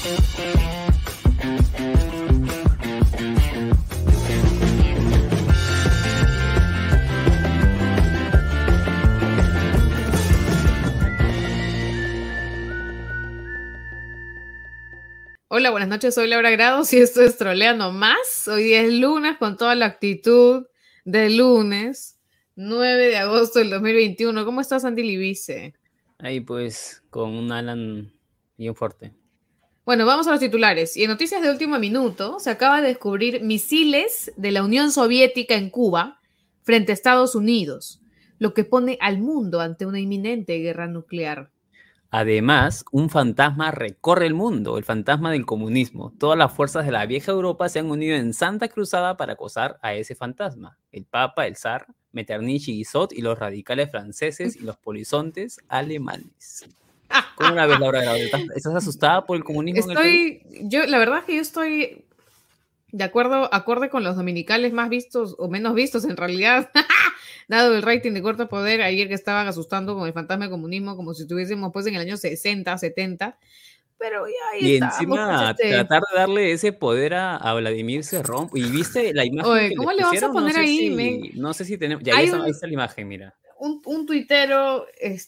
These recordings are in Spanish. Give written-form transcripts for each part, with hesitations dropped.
Hola, buenas noches, soy Laura Grados y esto es Troleando Más. Hoy día es lunes con toda la actitud de lunes, 9 de agosto del 2021. ¿Cómo estás, Andy Libice? Ahí pues con un Alan bien fuerte. Bueno, vamos a los titulares. Y en noticias de último minuto, se acaba de descubrir misiles de la Unión Soviética en Cuba frente a Estados Unidos, lo que pone al mundo ante una inminente guerra nuclear. Además, un fantasma recorre el mundo, el fantasma del comunismo. Todas las fuerzas de la vieja Europa se han unido en santa cruzada para acosar a ese fantasma. El Papa, el Zar, Metternich y Guizot y los radicales franceses y los polizontes alemanes. ¿Cómo la ves, Laura? ¿Estás asustada por el comunismo en el Perú? La verdad es que yo estoy de acuerdo, acorde con los dominicales más vistos o menos vistos en realidad, dado el rating de Cuarto Poder ayer que estaban asustando con el fantasma del comunismo como si estuviésemos pues en el año 60, 70, pero ya ahí Y estábamos. encima tratar de darle ese poder a Vladimir Cerrón. ¿Y viste la imagen Oye, que le ¿cómo le vas a pusieron? poner ahí, men? No sé si tenemos... Ya, Hay ahí está la imagen, mira. un tuitero,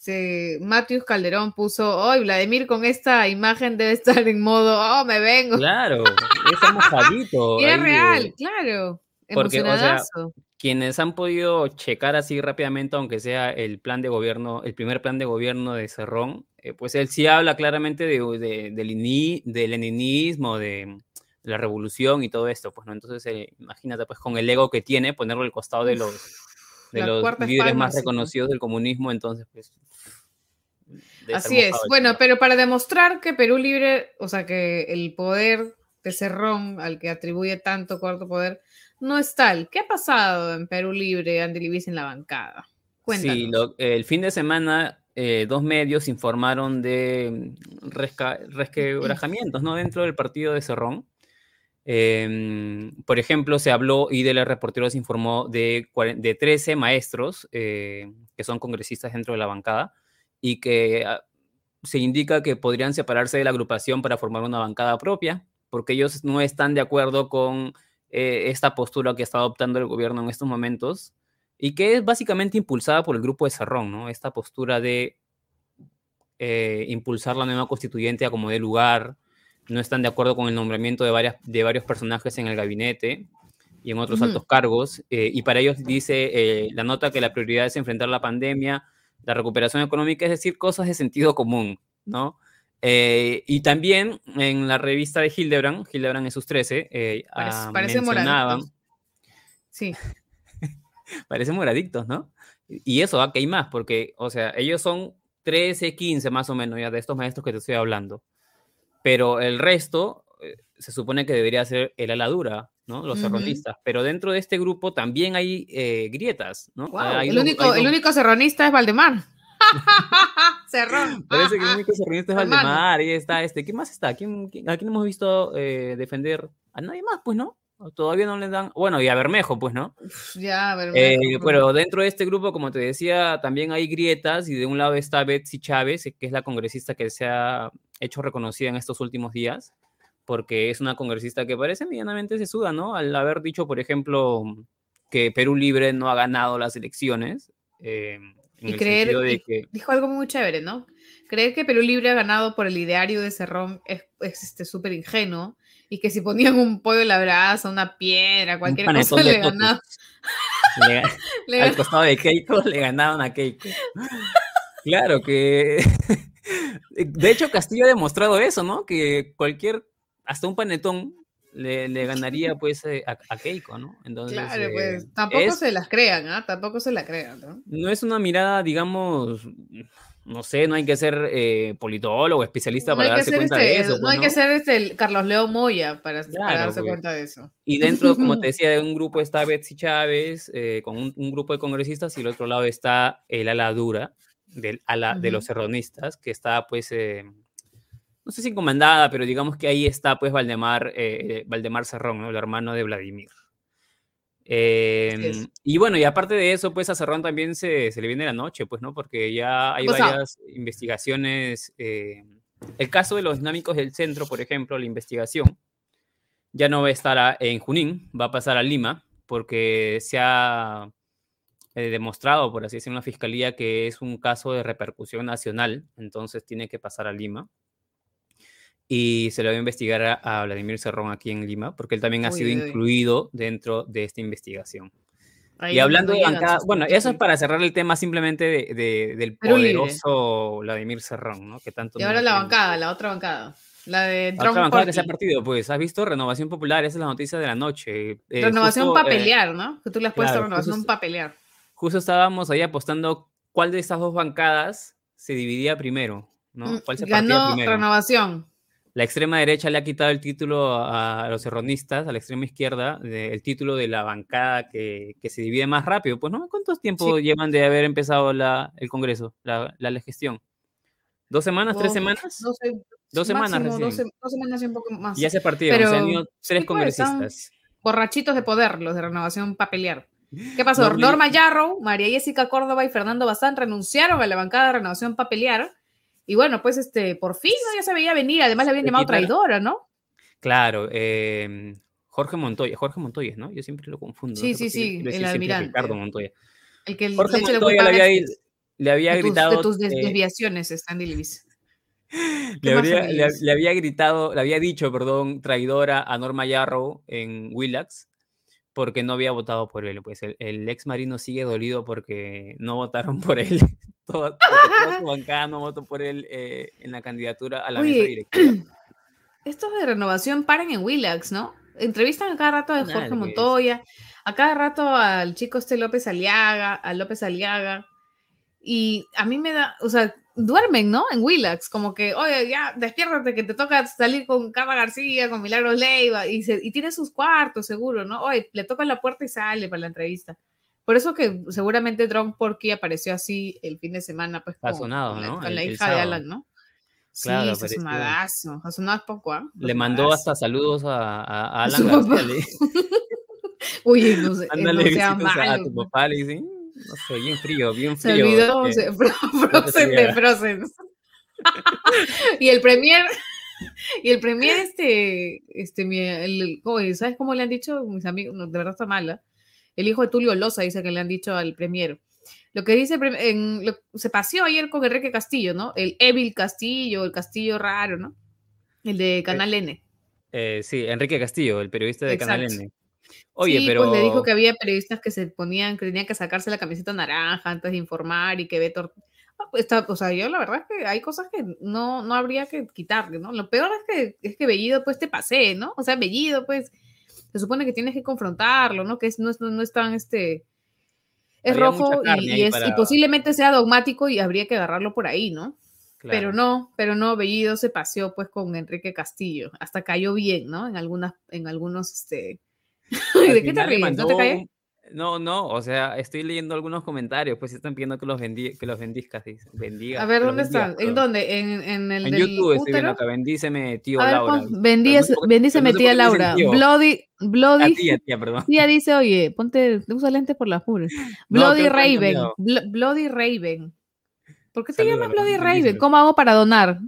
Matius Calderón puso, hoy Vladimir con esta imagen debe estar en modo, oh, me vengo. Claro, está mojadito. Y era ahí, real, claro. Porque, o sea, Emocionadazo. quienes han podido checar así rápidamente, aunque sea el plan de gobierno, el primer plan de gobierno de Cerrón, pues él sí habla claramente del leninismo, de la revolución y todo esto, pues, ¿no? Entonces, imagínate, pues, con el ego que tiene, ponerlo al costado de La los cuarta líderes espalda, más reconocidos del comunismo, entonces, pues, debe estar así es. mojado el Bueno, señor. pero para demostrar que Perú Libre, o sea, que el poder de Cerrón, al que atribuye tanto Cuarto Poder, no es tal. ¿Qué ha pasado en Perú Libre, Andy Libice, en la bancada? Sí, Cuéntanos. el fin de semana, dos medios informaron de resquebrajamientos, ¿no? Dentro del partido de Cerrón. Por ejemplo, se habló, y de los reporteros informó de 13 maestros que son congresistas dentro de la bancada y que se indica que podrían separarse de la agrupación para formar una bancada propia, porque ellos no están de acuerdo con esta postura que está adoptando el gobierno en estos momentos y que es básicamente impulsada por el grupo de Cerrón, ¿no? Esta postura de impulsar la nueva constituyente a como dé lugar. No están de acuerdo con el nombramiento de varios personajes en el gabinete y en otros altos cargos, y para ellos dice la nota que la prioridad es enfrentar la pandemia, la recuperación económica, es decir, cosas de sentido común, ¿no? Y también en la revista de Hildebrand en sus 13, Parece mencionaban... moradictos. Sí. Parecen moradictos, ¿no? Y eso, que hay más, porque, o sea, ellos son 13, 15 más o menos ya de estos maestros que te estoy hablando. Pero el resto se supone que debería ser el ala dura, ¿no? Los cerronistas. Pero dentro de este grupo también hay grietas, ¿no? Wow, el único cerronista es Valdemar. Cerrón. Parece que el único cerronista es Hermano. Valdemar. Ahí está ¿Quién más está? ¿A quién hemos visto defender? A nadie más, pues, ¿no? Todavía no le dan... Bueno, y a Bermejo, pues, ¿no? Ya, Bermejo. Pero dentro de este grupo, como te decía, también hay grietas, y de un lado está Betsy Chávez, que es la congresista que se ha hecho reconocida en estos últimos días, porque es una congresista que parece medianamente sesuda, ¿no? Al haber dicho, por ejemplo, que Perú Libre no ha ganado las elecciones, en el sentido de que... Dijo algo muy chévere, ¿no? Creer que Perú Libre ha ganado por el ideario de Cerrón es súper ingenuo, y que si ponían un pollo a la brasa, una piedra, cualquier cosa le ganaban. Al costado de Keiko le ganaban a Keiko. Claro que... De hecho, Castillo ha demostrado eso, ¿no? Que hasta un panetón le ganaría pues a Keiko, ¿no? Entonces, claro, pues tampoco se las crean, ¿ah? Tampoco se la crean, ¿no? No es una mirada, digamos, no sé, no hay que ser politólogo, especialista para darse cuenta de eso. No hay que ser Carlos León Moya para darse cuenta de eso. Y dentro, como te decía, de un grupo está Betsy Chávez, con un grupo de congresistas, y al otro lado está el ala dura de los serronistas, que está pues... no sé si encomendada, pero digamos que ahí está pues Valdemar Cerrón, ¿no? El hermano de Vladimir. Y bueno, y aparte de eso, pues a Cerrón también se le viene la noche, pues, ¿no? Porque ya hay varias investigaciones El caso de los dinámicos del centro, por ejemplo, la investigación, ya no va a estar en Junín, va a pasar a Lima, porque se ha demostrado, por así decirlo, en la fiscalía que es un caso de repercusión nacional, entonces tiene que pasar a Lima. Y se le va a investigar a Vladimir Cerrón aquí en Lima, porque él también ha sido incluido dentro de esta investigación. Ahí y hablando no de bancada, bueno, eso es para cerrar el tema simplemente del poderoso Vladimir Cerrón, ¿no? Que tanto y ahora la bancada, la otra bancada. La de la otra bancada que se ha partido, pues, ¿has visto? Renovación Popular, esa es la noticia de la noche. Renovación para pelear, ¿no? Que tú le has puesto renovación para pelear. Justo estábamos ahí apostando cuál de estas dos bancadas se dividía primero, ¿no? ¿Cuál se partía primero? Renovación. La extrema derecha le ha quitado el título a los cerronistas, a la extrema izquierda, el título de la bancada que se divide más rápido. Pues, ¿no? ¿Cuántos tiempos llevan de haber empezado el Congreso, la gestión? ¿2 semanas, 3 semanas? No sé. 2 semanas recién. 2 semanas y un poco más. Y ya se partieron, se han ido 3 congresistas. Borrachitos de poder, los de Renovación para pelear. ¿Qué pasó? Norma Yarrow, María Jessica Córdoba y Fernando Bazán renunciaron a la bancada de Renovación para pelear. Y bueno, pues por fin, ¿no? Ya se veía venir. Además le habían llamado traidora, ¿no? Claro. Jorge Montoya, ¿no? Yo siempre lo confundo. Sí, no sé sí, el almirante. Ricardo Montoya. El que Jorge Montoya le había gritado... De tus desviaciones, Stanley Lewis. Le había dicho, traidora a Norma Yarrow en Willax, porque no había votado por él. Pues el ex marino sigue dolido porque no votaron por él. Toda su bancada no votó por él en la candidatura a la mesa directiva. Estos de Renovación paran en Willax, ¿no? Entrevistan a cada rato a Jorge Montoya, a cada rato al chico López Aliaga, y a mí me da, o sea, duermen, ¿no? En Willax, como que, oye, ya, despiértate que te toca salir con Carla García, con Milagros Leiva, y tiene sus cuartos, seguro, ¿no? Oye, le toca la puerta y sale para la entrevista. Por eso que seguramente Drone Porky apareció así el fin de semana, pues, con la hija de Alan, ¿no? Claro, sí, es sonadazo. Ha sonado poco, ¿eh? Le mandó hasta saludos a Alan García. Uy, no sé, ándale, no sea malo. A tu papá le dice, no sé, bien frío. Se olvidó, Frozen de Frozen. Y el premier, ¿sabes cómo le han dicho mis amigos? No, de verdad está mala. El hijo de Tulio Loza dice que le han dicho al premier. Lo que dice, se paseó ayer con Enrique Castillo, ¿no? El Evil Castillo, el Castillo raro, ¿no? El de Canal N. Sí, Enrique Castillo, el periodista de Canal N. Oye, sí, pero... pues le dijo que había periodistas que tenían que sacarse la camiseta naranja antes de informar y que Beto... o sea, yo la verdad es que hay cosas que no habría que quitarle, ¿no? Lo peor es que Bellido pues te pasee, ¿no? O sea, Bellido pues se supone que tienes que confrontarlo, ¿no? Que no es tan es rojo y posiblemente sea dogmático y habría que agarrarlo por ahí, ¿no? Claro. Pero no, Bellido se paseó pues con Enrique Castillo, hasta cayó bien, ¿no? En algunos ¿De qué te ríes? ¿No te caes? No, o sea, estoy leyendo algunos comentarios, pues están pidiendo que los bendizcas, bendiga. A ver, ¿dónde están? ¿En dónde? ¿En YouTube estoy viendo acá, bendíceme, tío Laura. Bendíceme, tía Laura. Bloody, tía, perdón. Tía dice, oye, usa lentes por las puras. Bloody Raven, Bloody Raven. ¿Por qué te llamas Bloody Raven? ¿Cómo hago para donar?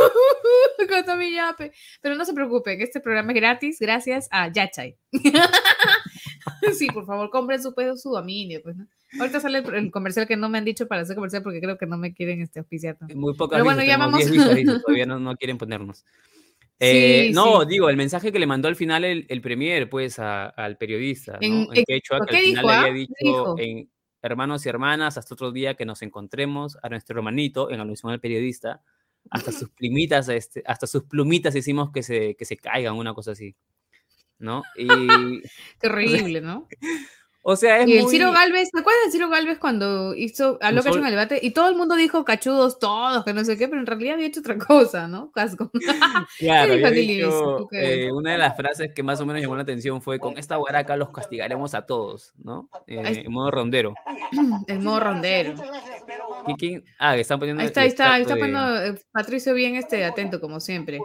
Pero no se preocupen, este programa es gratis gracias a Yachay. Sí, por favor, compren su dominio, pues, ¿no? Ahorita sale el comercial que no me han dicho para hacer comercial porque creo que no me quieren auspiciar. Muy pocas vistas, ya vamos. 10 vistas, todavía no quieren ponernos. Digo, el mensaje que le mandó al final el premier, pues, al periodista, ¿no? En quechua, que al final le había dicho en hermanos y hermanas, hasta otro día que nos encontremos, a nuestro hermanito, en alusión al periodista, hasta sus plumitas hicimos que se caigan, una cosa así, ¿no? Y... Qué horrible, ¿no? O sea, el Ciro Gálvez, ¿te acuerdas de Ciro Gálvez cuando habló cacho en el debate? Y todo el mundo dijo cachudos todos, que no sé qué, pero en realidad había hecho otra cosa, ¿no? Casco. Claro, una de las frases que más o menos llamó la atención fue: con esta guaraca los castigaremos a todos, ¿no? En modo rondero. En modo rondero. ¿Quién? Que están poniendo... Ahí está poniendo Patricio bien atento, como siempre.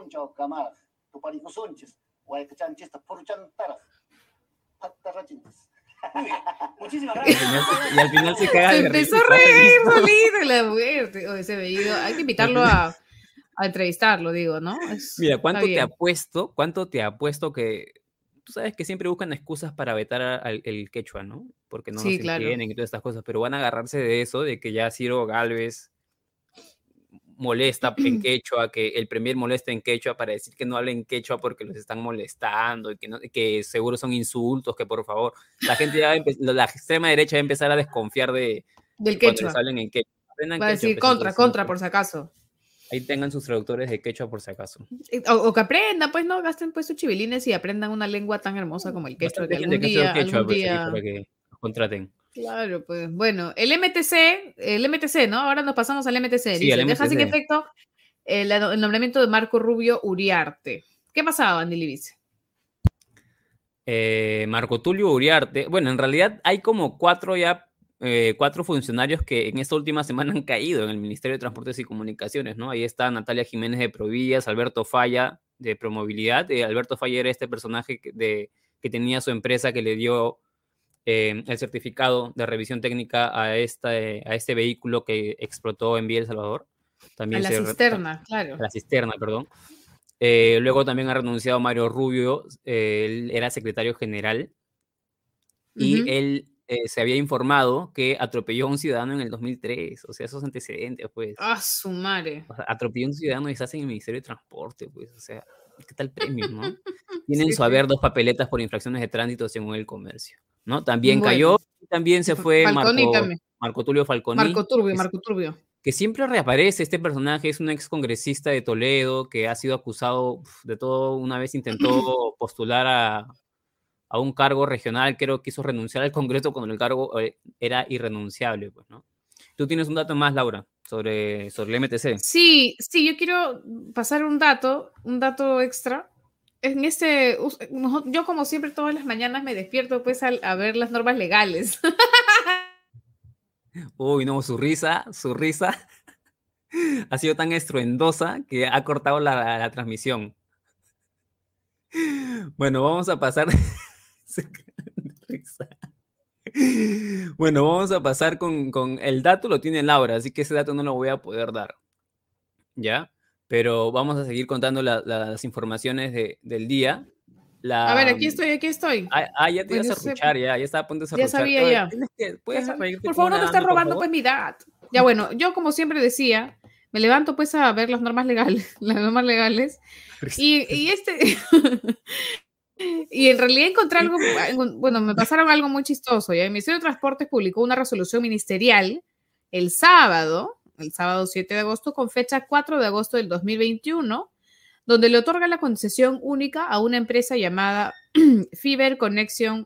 Muchísimas gracias. Y al final se caga de risa. Se empezó a reír solito la muerte. Ese Bellido. Hay que invitarlo a a entrevistarlo, digo, ¿no? Mira, Está bien. cuánto te apuesto que tú sabes que siempre buscan excusas para vetar el quechua, ¿no? Porque no nos Sí, claro. entienden y todas estas cosas, pero van a agarrarse de eso, de que ya Ciro Gálvez molesta en quechua, que el premier molesta en quechua para decir que no hablen quechua porque los están molestando y que, no, que seguro son insultos, que por favor, la gente ya la extrema derecha va a empezar a desconfiar de Del cuando les quechua. hablen en quechua. Aprendan Va a quechua, decir pues contra, entonces contra, por si acaso. ahí tengan sus traductores de quechua por si acaso. O que aprendan, pues no gasten pues sus chivilines y aprendan una lengua tan hermosa como el quechua que Bastante gente que ha estudiado quechua, algún pues ahí día. para que los contraten. Claro, pues bueno, el MTC, ¿no? Ahora nos pasamos al MTC. Sí, al Dice, deja sin MTC. efecto el nombramiento de Marco Rubio Uriarte. ¿Qué pasaba, Andy Libice? Marco Tulio Uriarte. Bueno, en realidad hay como cuatro funcionarios que en esta última semana han caído en el Ministerio de Transportes y Comunicaciones, ¿no? Ahí está Natalia Jiménez de Provías, Alberto Falla de Promovilidad. Alberto Falla era este personaje que tenía su empresa que le dio el certificado de revisión técnica a este vehículo que explotó en Villa El Salvador. A También la cisterna, claro. a la cisterna, perdón. Luego también ha renunciado Mario Rubio, él era secretario general y él se había informado que atropelló a un ciudadano en el 2003, o sea, esos antecedentes, pues. Ah, su madre. O sea, atropelló a un ciudadano y estás en el Ministerio de Transporte, pues, o sea, ¿qué tal premio, no? Tienen Sí, su sí. haber 2 papeletas por infracciones de tránsito según el comercio, ¿no? También Bueno, cayó, y también se fue Falconi también. Marco Tulio Falconi, Marco Turbio, Marco Turbio. que siempre reaparece. Este personaje es un ex congresista de Toledo que ha sido acusado de todo. Una vez intentó postular a un cargo regional, creo que quiso renunciar al Congreso cuando el cargo era irrenunciable, pues, ¿no? Tú tienes un dato más, Laura, sobre el MTC. Sí, sí, yo quiero pasar un dato extra. Yo como siempre todas las mañanas me despierto pues a ver las normas legales. Uy, no, su risa ha sido tan estruendosa que ha cortado la transmisión. Bueno, vamos a pasar. Bueno, vamos a pasar con el dato, lo tiene Laura, así que ese dato no lo voy a poder dar, ¿ya? Pero vamos a seguir contando las informaciones del día. A ver, aquí estoy. Ya te Bueno, ibas a ruchar, ya estaba a punto de ya serruchar. sabía ya. ¿Puedes reírte Por como favor, no una me estés dama, por robando favor? pues mi edad. Ya bueno, yo como siempre decía, me levanto pues a ver las normas legales, y y en realidad encontré algo, bueno, me pasaron algo muy chistoso. Ya el Ministerio de Transportes publicó una resolución ministerial el sábado 7 de agosto, con fecha 4 de agosto del 2021, donde le otorga la concesión única a una empresa llamada Fiber Connection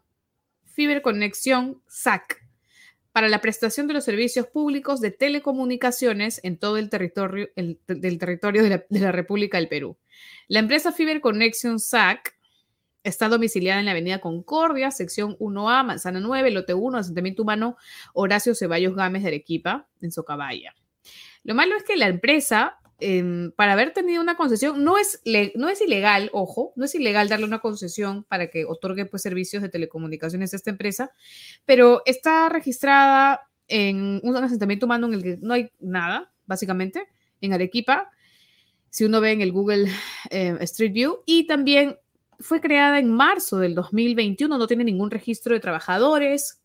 SAC para la prestación de los servicios públicos de telecomunicaciones en todo el territorio, del territorio de la República del Perú. La empresa Fiber Connection SAC está domiciliada en la avenida Concordia, sección 1A, Manzana 9, lote 1, asentamiento humano Horacio Ceballos Gámez de Arequipa, en Socabaya. Lo malo es que la empresa, para haber tenido una concesión, no es ilegal, ojo, no es ilegal darle una concesión para que otorgue pues, servicios de telecomunicaciones a esta empresa, pero está registrada en un asentamiento humano en el que no hay nada, básicamente, en Arequipa, si uno ve en el Google Street View, y también fue creada en marzo del 2021, no tiene ningún registro de trabajadores,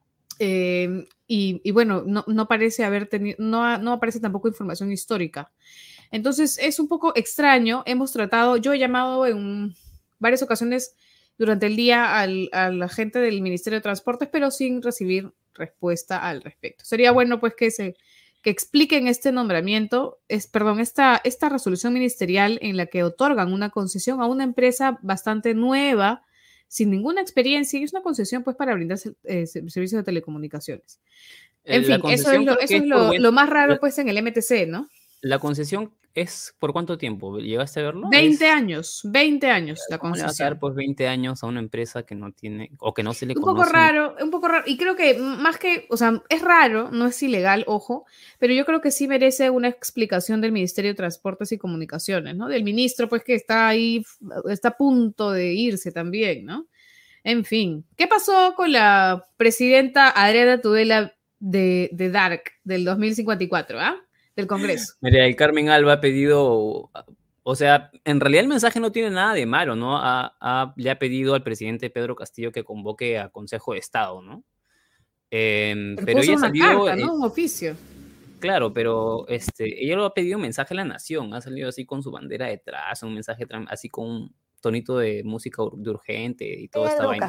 y bueno, no parece haber tenido, no aparece tampoco información histórica. Entonces es un poco extraño. Yo he llamado en varias ocasiones durante el día a la gente del Ministerio de Transportes, pero sin recibir respuesta al respecto. Sería bueno pues que expliquen este nombramiento, esta resolución ministerial en la que otorgan una concesión a una empresa bastante nueva, sin ninguna experiencia, y es una concesión pues para brindar servicios de telecomunicaciones. En fin, eso es lo más raro pues en el MTC, ¿no? ¿La concesión es por cuánto tiempo? ¿Llegaste a verlo? 20 años la ¿Cómo le vas a dar concesión. pues 20 años a una empresa que no tiene o que no se le Un conoce? poco raro, y creo que más que, o sea, es raro, no es ilegal, ojo, pero yo creo que sí merece una explicación del Ministerio de Transportes y Comunicaciones, ¿no? Del ministro, pues que está ahí, está a punto de irse también, ¿no? En fin, ¿qué pasó con la presidenta Adriana Tudela de Dark del 2054? ¿Ah? del Congreso. María del Carmen Alba ha pedido, o sea, en realidad el mensaje no tiene nada de malo, ¿no? Le ha pedido al presidente Pedro Castillo que convoque a Consejo de Estado, ¿no? Pero Pero puso ella una salió, carta, ¿no? Un oficio. claro, pero ella lo ha pedido un mensaje a la nación, ha salido así con su bandera detrás, un mensaje así con un tonito de música de urgente y toda esta vaina.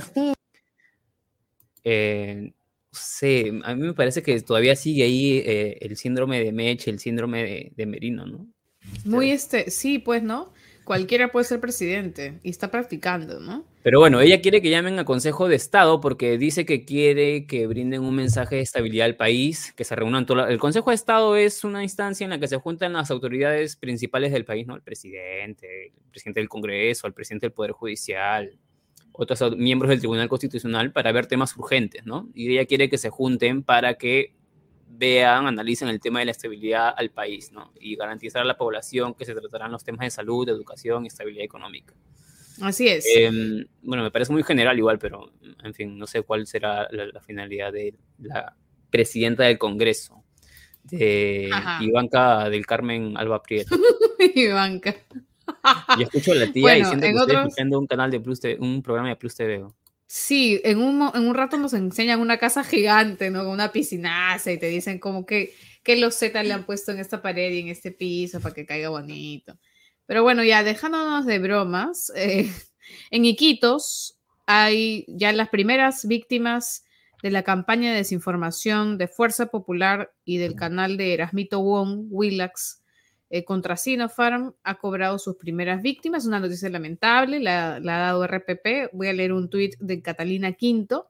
No sé, a mí me parece que todavía sigue ahí el síndrome de Mech, el síndrome de Merino, ¿no? Muy sí, pues, ¿no? Cualquiera puede ser presidente y está practicando, ¿no? Pero bueno, ella quiere que llamen a Consejo de Estado porque dice que quiere que brinden un mensaje de estabilidad al país, que se reúnan todas. El Consejo de Estado es una instancia en la que se juntan las autoridades principales del país, ¿no? El presidente del Congreso, el presidente del Poder Judicial, otros miembros del Tribunal Constitucional para ver temas urgentes, ¿no? Y ella quiere que se junten para que vean, analicen el tema de la estabilidad al país, ¿no? Y garantizar a la población que se tratarán los temas de salud, de educación y estabilidad económica. Así es. Bueno, me parece muy general igual, pero en fin, no sé cuál será la finalidad de la presidenta del Congreso, de Ivanka del Carmen Alba Prieto. Ivanka. Yo escucho a la tía bueno, diciendo que estoy escuchando un canal de Plus TV, un programa de Plus TV. Sí, en un rato nos enseñan una casa gigante, ¿no? Con una piscinaza y te dicen como que los Z le han puesto en esta pared y en este piso para que caiga bonito. Pero bueno, ya dejándonos de bromas, en Iquitos hay ya las primeras víctimas de la campaña de desinformación de Fuerza Popular y del canal de Erasmito Wong, Willax, contra Sinopharm, ha cobrado sus primeras víctimas. Una noticia lamentable, la ha dado RPP. Voy a leer un tuit de Catalina Quinto.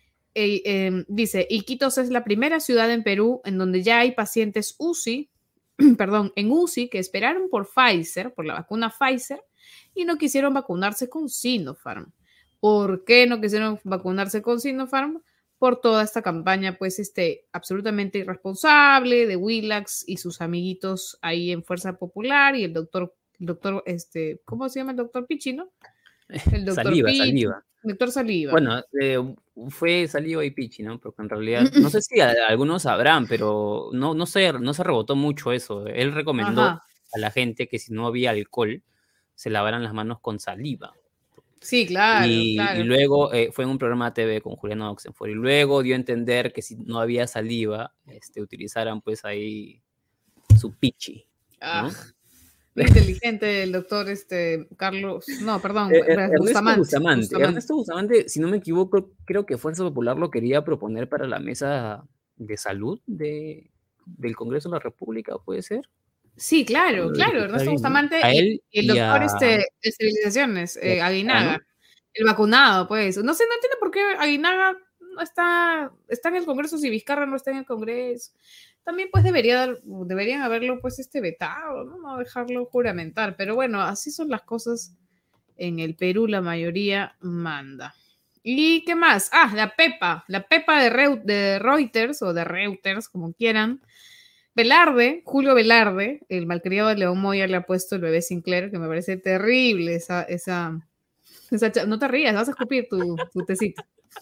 Dice, Iquitos es la primera ciudad en Perú en donde ya hay pacientes UCI, en UCI, que esperaron por la vacuna Pfizer, y no quisieron vacunarse con Sinopharm. ¿Por qué no quisieron vacunarse con Sinopharm? Por toda esta campaña, pues, absolutamente irresponsable de Willax y sus amiguitos ahí en Fuerza Popular y el doctor, ¿cómo se llama el doctor Pichino? El doctor Saliva. Doctor Saliva. Bueno, fue Saliva y Pichi, ¿no? Porque en realidad, no sé si algunos sabrán, pero no se rebotó mucho eso. Él recomendó a la gente que si no había alcohol, se lavaran las manos con saliva. Sí, claro, y luego fue en un programa de TV con Juliano Oxenford, y luego dio a entender que si no había saliva, utilizaran pues ahí su pichi, ¿no? Inteligente el doctor Carlos, no, perdón, Ernesto Bustamante, si no me equivoco, creo que Fuerza Popular lo quería proponer para la mesa de salud del Congreso de la República, ¿puede ser? Sí, claro, Ernesto Bustamante y el doctor Esterilizaciones, Aguinaga, ¿no? El vacunado, pues. No sé, no entiendo por qué Aguinaga no está en el Congreso, si Vizcarra no está en el Congreso. También pues deberían haberlo pues vetado, ¿no? No dejarlo juramentar, pero bueno, así son las cosas en el Perú, la mayoría manda. ¿Y qué más? La Pepa de Reuters o de Reuters, como quieran. Julio Velarde, el malcriado de León Moya, le ha puesto el bebé Sinclair, que me parece terrible esa no te rías, vas a escupir tu tecito.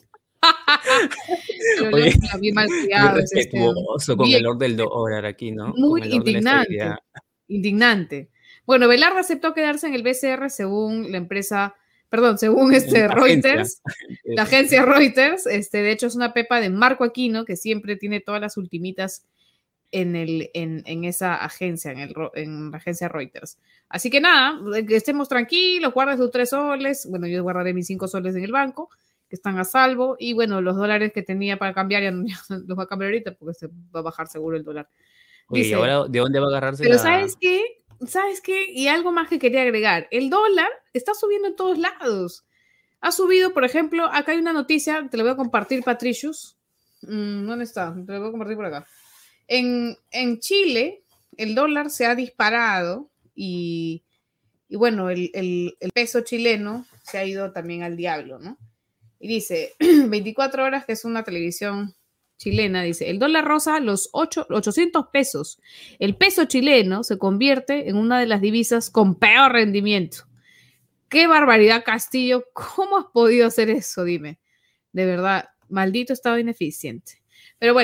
Oye, muy respetuoso con el Lord del dólar aquí, ¿no? Muy indignante. Bueno, Velarde aceptó quedarse en el BCR según la empresa, según Reuters, la agencia Reuters. De hecho, es una pepa de Marco Aquino, que siempre tiene todas las ultimitas en esa agencia, en la agencia Reuters. Así que nada, que estemos tranquilos, guarda tus 3 soles. Bueno, yo guardaré mis 5 soles en el banco, que están a salvo. Y bueno, los dólares que tenía para cambiar ya los va a cambiar ahorita porque se va a bajar seguro el dólar. Oye, ¿y ahora de dónde va a agarrarse pero ¿sabes qué? Y algo más que quería agregar. El dólar está subiendo en todos lados. Ha subido, por ejemplo, acá hay una noticia, te la voy a compartir, Patricius. ¿Dónde está? Te la voy a compartir por acá. En Chile, el dólar se ha disparado y bueno, el peso chileno se ha ido también al diablo, ¿no? Y dice, 24 horas, que es una televisión chilena, dice, el dólar roza los 800 pesos. El peso chileno se convierte en una de las divisas con peor rendimiento. ¡Qué barbaridad, Castillo! ¿Cómo has podido hacer eso? Dime. De verdad, maldito estado ineficiente. Pero bueno,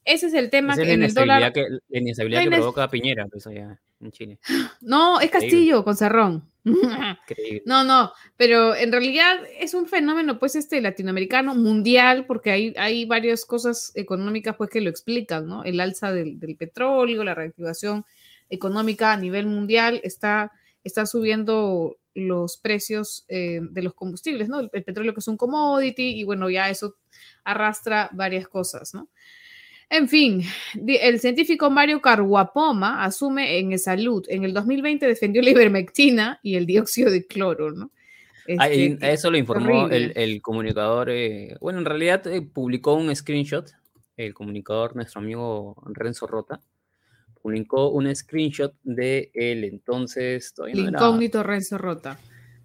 Ese es el tema Esa es que en el dólar... la inestabilidad que provoca Piñera, pues allá en Chile. No, es Castillo con Cerrón. Increíble. No, pero en realidad es un fenómeno pues latinoamericano, mundial, porque hay varias cosas económicas pues que lo explican, ¿no? El alza del petróleo, la reactivación económica a nivel mundial está subiendo los precios de los combustibles, ¿no? El petróleo que es un commodity y bueno, ya eso arrastra varias cosas, ¿no? En fin, el científico Mario Carguapoma asume en Salud. En el 2020 defendió la ivermectina y el dióxido de cloro, ¿no? Eso lo informó Terrible. el comunicador. Bueno, en realidad publicó un screenshot. El comunicador, nuestro amigo Renzo Rota, publicó un screenshot de él. Entonces, todavía El no era. incógnito Renzo Rota.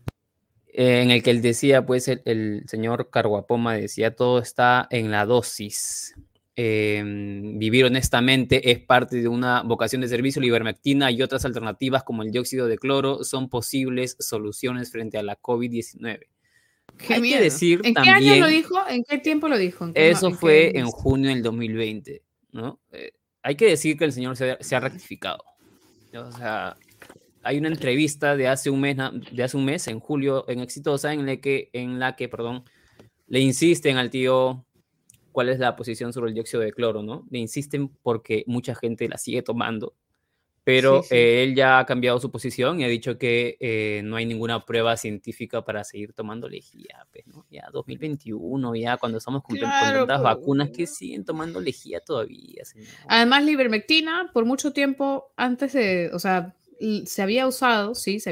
En el que él decía, pues, el señor Carguapoma decía: todo está en la dosis. Vivir honestamente es parte de una vocación de servicio. La ivermectina y otras alternativas como el dióxido de cloro son posibles soluciones frente a la COVID-19. Hay que decir ¿En qué también, año lo dijo? ¿En qué tiempo lo dijo? eso fue en junio del 2020, ¿no? Hay que decir que el señor se ha rectificado. O sea, hay una entrevista de hace un mes, en julio, en Exitosa, en la que, le insisten al tío cuál es la posición sobre el dióxido de cloro, ¿no? Le insisten porque mucha gente la sigue tomando, pero Sí. él ya ha cambiado su posición y ha dicho que no hay ninguna prueba científica para seguir tomando lejía, pues, ¿no? Ya 2021, ya cuando estamos con tantas vacunas, que siguen tomando lejía todavía, señor. Además, la ivermectina, por mucho tiempo antes o sea, se había usado,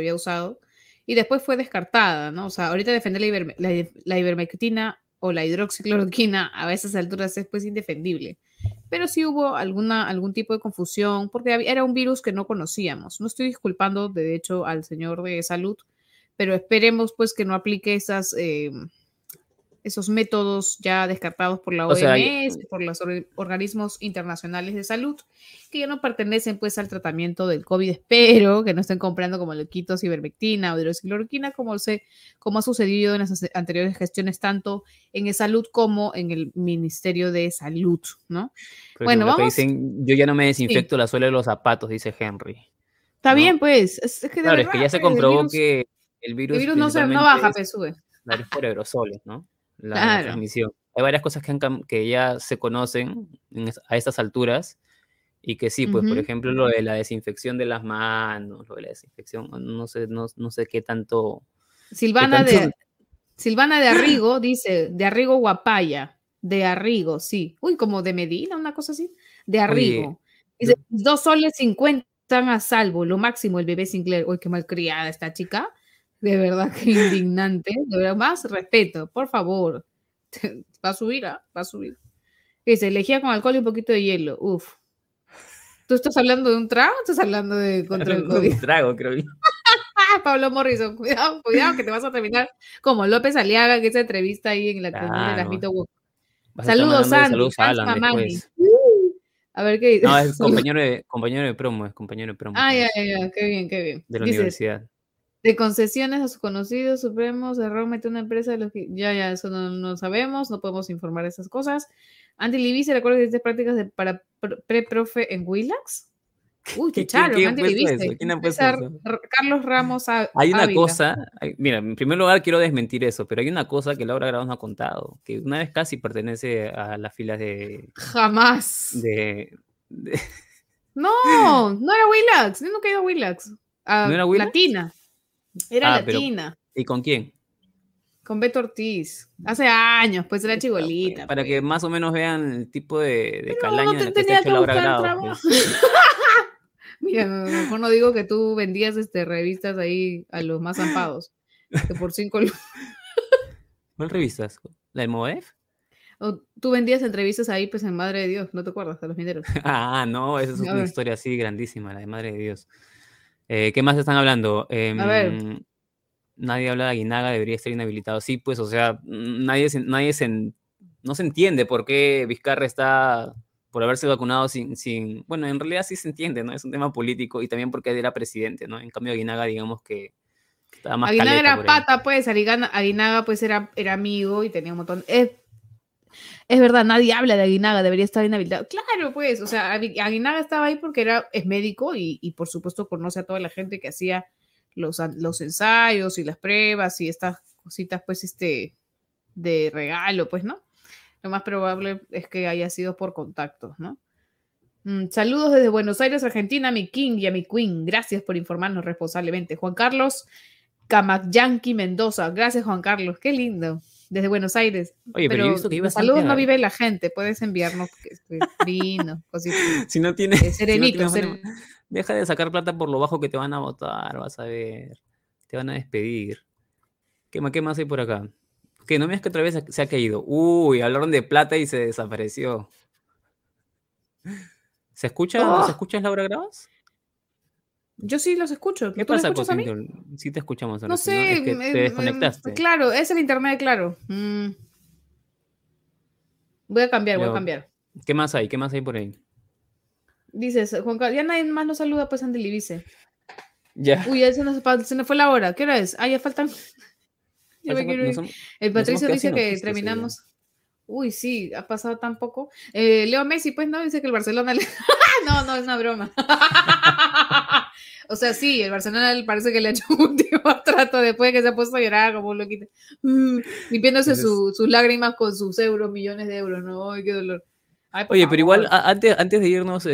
y después fue descartada, ¿no? O sea, ahorita defender la ivermectina o la hidroxicloroquina a esas alturas es pues indefendible. Pero sí hubo algún tipo de confusión, porque era un virus que no conocíamos. No estoy disculpando, de hecho, al señor de Salud, pero esperemos pues que no aplique esos métodos ya descartados por la OMS, por los organismos internacionales de salud, que ya no pertenecen pues al tratamiento del COVID. Espero que no estén comprando como loquitos ivermectina o hidroxicloroquina, como ha sucedido en las anteriores gestiones, tanto en Salud como en el Ministerio de Salud, ¿no? Porque Bueno, vamos. Dicen, yo ya no me desinfecto la suela de los zapatos, dice Henry. Está bien, pues. Es que claro, es que ya se comprobó que el virus no baja, pues sube. Es por aerosoles, ¿no? La transmisión. Hay varias cosas que ya se conocen a estas alturas y que sí, pues, por ejemplo, lo de la desinfección de las manos, lo de la desinfección, no sé qué tanto... Silvana de Arrigo dice, de Arrigo Guapaya, de Arrigo, sí. Uy, como de Medina, una cosa así. De Arrigo. Dice, 2 soles 50 están a salvo, lo máximo el bebé Sinclair. Uy, qué malcriada esta chica. De verdad, que indignante. De verdad, más respeto, por favor. Va a subir, ¿ah? Va a subir. Dice, lejía con alcohol y un poquito de hielo. Uf. ¿Tú estás hablando de un trago o estás hablando de contra el COVID? Un trago, creo yo. Pablo Morrison, cuidado, que te vas a terminar como López Aliaga, que esa entrevista ahí en la comuna de las Mito Woke. Saludos, Andy. Saludos a Alan después. A ver qué dice. No, es compañero de promo, Ah, ya, qué bien. De la universidad. De concesiones a sus conocidos supremos, Cerrón mete una empresa de los que... Ya, eso no sabemos, no podemos informar esas cosas. Andy Libby se recuerda que hiciste prácticas para pre-profe en Willax. Uy, qué charo, Andy Libby. ¿Quién ha puesto eso? Carlos Ramos Hay una cosa, mira, en primer lugar quiero desmentir eso, pero hay una cosa que Laura Grau nos ha contado, que una vez casi pertenece a las filas de... Jamás. No era Willax, yo nunca he ido a Willax. ¿No era Willax? Latina. Era latina. ¿Y con quién? Con Beto Ortiz. Hace años, pues era chibolita. Para pues. que más o menos vean el tipo de calaña en la que se ha hecho Laura Grau. Pues. Mira, mejor no digo que tú vendías revistas ahí a los más zampados. Que por 5 ¿Cuál revistas? ¿La de Movef? O tú vendías entrevistas ahí, pues en Madre de Dios, ¿no te acuerdas? A los mineros. No, esa es una historia así grandísima, la de Madre de Dios. ¿Qué más están hablando? A ver. Nadie habla de Aguinaga, debería estar inhabilitado. Sí, pues, o sea, no se entiende por qué Vizcarra está por haberse vacunado sin... Bueno, en realidad sí se entiende, ¿no? Es un tema político y también porque él era presidente, ¿no? En cambio, Aguinaga, digamos que estaba más Aguinaga era pata, pues. Aguinaga, pues, era amigo y tenía un montón... Es verdad, nadie habla de Aguinaga, debería estar inhabilitado. Claro, pues, o sea, Aguinaga estaba ahí porque es médico y por supuesto conoce a toda la gente que hacía los ensayos y las pruebas y estas cositas, pues, de regalo, pues, ¿no? Lo más probable es que haya sido por contactos, ¿no? Saludos desde Buenos Aires, Argentina, a mi King y a mi Queen. Gracias por informarnos responsablemente. Juan Carlos Camakyanqui Mendoza. Gracias, Juan Carlos. Qué lindo. Desde Buenos Aires. Oye, pero yo he visto que hay los bastante... saludos no vive la gente. Puedes enviarnos vino, cositas. Si no tienes... Serenito, deja de sacar plata por lo bajo que te van a votar, vas a ver. Te van a despedir. ¿Qué más hay por acá? Que no me es que otra vez se ha caído. Uy, hablaron de plata y se desapareció. ¿Se escucha? Oh. ¿No se escucha, Laura Gravas? Yo sí los escucho. ¿Qué ¿Tú pasa, me escuchas a mí? Sí te escuchamos ahora. No Sí, ¿no? sé. Es que te desconectaste. Claro, es el internet, claro. Voy a cambiar. ¿Qué más hay? ¿Qué más hay por ahí? Dices, Juan Carlos, ya nadie más nos saluda, pues, Andy Libice. Ya. Uy, ya se nos fue la hora. ¿Qué hora es? Ah, ya faltan... El Patricio dice que terminamos... Uy, sí, ha pasado tan poco. Leo Messi, pues, ¿no? Dice que el Barcelona... No, es una broma. O sea, sí, el Barcelona parece que le ha hecho un último trato después de que se ha puesto a llorar como un loquito. Limpiándose sus lágrimas con sus millones de euros, ¿no? Ay, qué dolor. Ay, oye, pero igual, antes de irnos,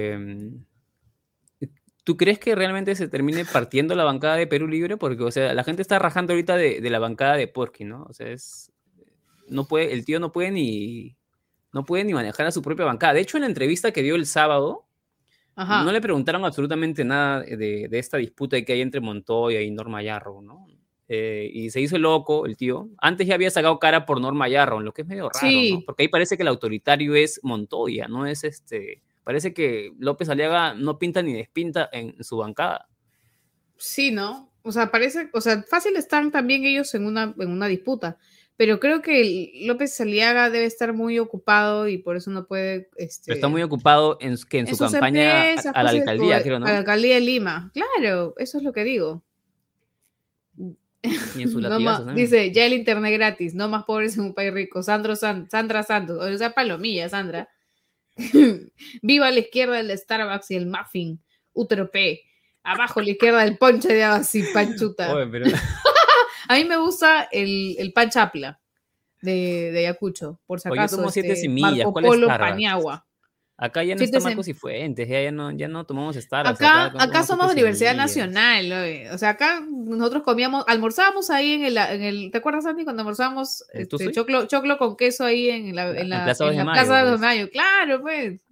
¿tú crees que realmente se termine partiendo la bancada de Perú Libre? Porque, o sea, la gente está rajando ahorita de la bancada de Porky, ¿no? O sea, el tío no puede ni manejar a su propia bancada. De hecho, en la entrevista que dio el sábado, ajá, no le preguntaron absolutamente nada de esta disputa que hay entre Montoya y Norma Yarro, ¿no? Y se hizo loco el tío. Antes ya había sacado cara por Norma Yarro, lo que es medio raro, sí, ¿no? Porque ahí parece que el autoritario es Montoya, no es Parece que López Aliaga no pinta ni despinta en su bancada. Sí, ¿no? O sea, fácil están también ellos en una disputa. Pero creo que López Aliaga debe estar muy ocupado y por eso no puede... Pero está muy ocupado en su campaña empresas, a la pues, alcaldía, creo, ¿no? A la alcaldía de Lima. Claro, eso es lo que digo. Y en sus latigazos también. Dice, ya el internet gratis, no más pobres en un país rico. Sandra Santos, o sea, palomilla, Sandra. Viva la izquierda el Starbucks y el muffin. Útero P. Abajo la izquierda el ponche de habas y panchuta. Oye, pero... A mí me gusta el pan chapla de Ayacucho, por si acaso. Yo tomo 7 semillas. Marco ¿Cuál es Polo Starbucks? Paniagua. Acá ya no está Marcos y Fuentes, ya no tomamos Starbucks. Acá somos Universidad Nacional, o sea, acá nosotros almorzábamos ahí en el ¿te acuerdas, Andy, cuando almorzábamos choclo con queso ahí en la Plaza de los Mayo? Claro, pues.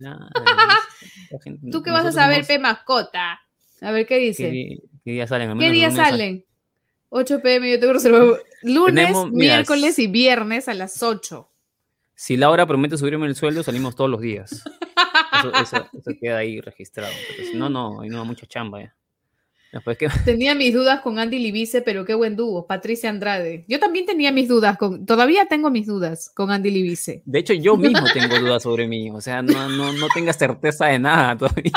¿Tú qué vas a saber, P mascota? A ver, ¿qué dice? ¿Qué día salen? ¿Qué día salen? 8 p.m. yo tengo reservado. Lunes, miércoles y viernes a las 8. Si Laura promete subirme el sueldo, salimos todos los días. Eso queda ahí registrado. Pero si no hay mucha chamba ya. Después, Tenía mis dudas con Andy Libice, pero qué buen dúo. Patricia Andrade. Yo también tenía mis dudas todavía tengo mis dudas con Andy Libice. De hecho, yo mismo tengo dudas sobre mí. O sea, no tengas certeza de nada todavía.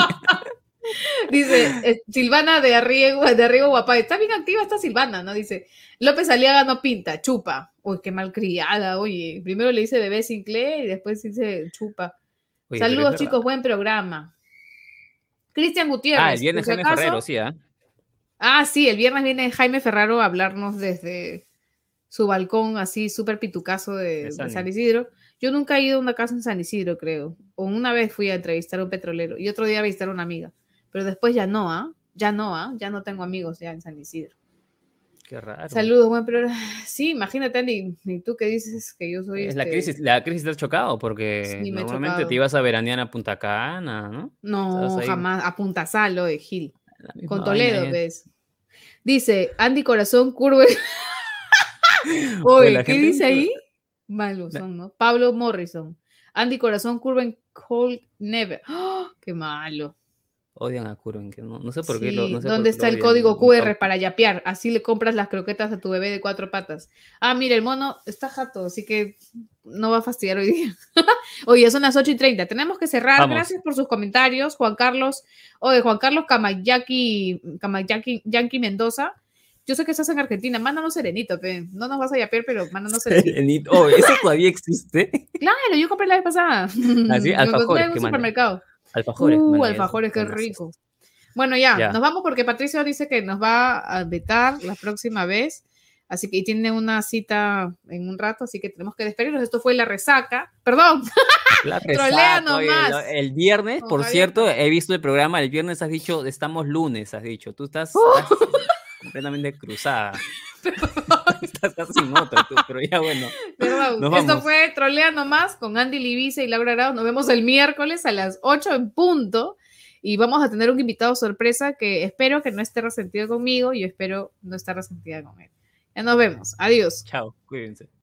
Dice Silvana de Arriego Guapay. Está bien activa esta Silvana, ¿no? Dice López Aliaga no pinta, chupa. Uy, qué malcriada, oye. Primero le dice bebé Sinclair y después dice chupa. Oye, saludos, chicos, buen programa. Cristian Gutiérrez. El viernes Jaime Ferrero, sí, ¿eh? Sí, el viernes viene Jaime Ferraro a hablarnos desde su balcón así súper pitucazo de San Isidro. Yo nunca he ido a una casa en San Isidro, creo. O una vez fui a entrevistar a un petrolero y otro día a visitar a una amiga. Pero después ya no tengo amigos ya en San Isidro. Qué raro. Saludos, buen programa. Sí, imagínate, Andy, ni tú que dices que yo soy... La crisis te ha chocado porque sí, normalmente te ibas a veranear a Punta Cana, ¿no? No, jamás. A Punta Salo de Gil. Con Toledo, ¿ves? Dice, Andy Corazón Curve. Oye, ¿qué dice ahí? Malos son, ¿no? Pablo Morrison. Andy Corazón Curven Cold Never. ¡Oh, qué malo! Odian a Curven, que no sé por qué. Sí, no sé ¿dónde está el código QR para yapear? Así le compras las croquetas a tu bebé de 4 patas. Mira, el mono está jato, así que no va a fastidiar hoy día. Oye, son las 8:30. Tenemos que cerrar. Vamos. Gracias por sus comentarios, Juan Carlos. Juan Carlos Camayaki Mendoza. Yo sé que estás en Argentina, mándanos serenito, pe. No nos vas a yapear, pero mándanos serenito. Serenito. Oh, ¿eso todavía existe? Claro, yo compré la vez pasada. Así, Lo encontré alfajores, en un ¿qué manda? supermercado. Alfajores, manda, ya, Alfajores, qué buenas. rico. Bueno, ya, Ya. nos vamos porque Patricio dice que nos va a vetar la próxima vez. Así que y tiene una cita en un rato, así que tenemos que despedirnos. Esto fue La Resaca. Perdón, La trolea resaca, oye, nomás. el viernes, Con por Javier. cierto, he visto el programa, el viernes has dicho, estamos lunes, has dicho, tú estás completamente cruzada. Estás casi en otra, tú, pero ya bueno. Perdón, Nos esto vamos. fue Trolea Nomás con Andy Libice y Laura Arao. Nos vemos el miércoles a las 8 en punto y vamos a tener un invitado sorpresa que espero que no esté resentido conmigo y yo espero no estar resentida con él. Ya nos vemos. Adiós. Chao, cuídense.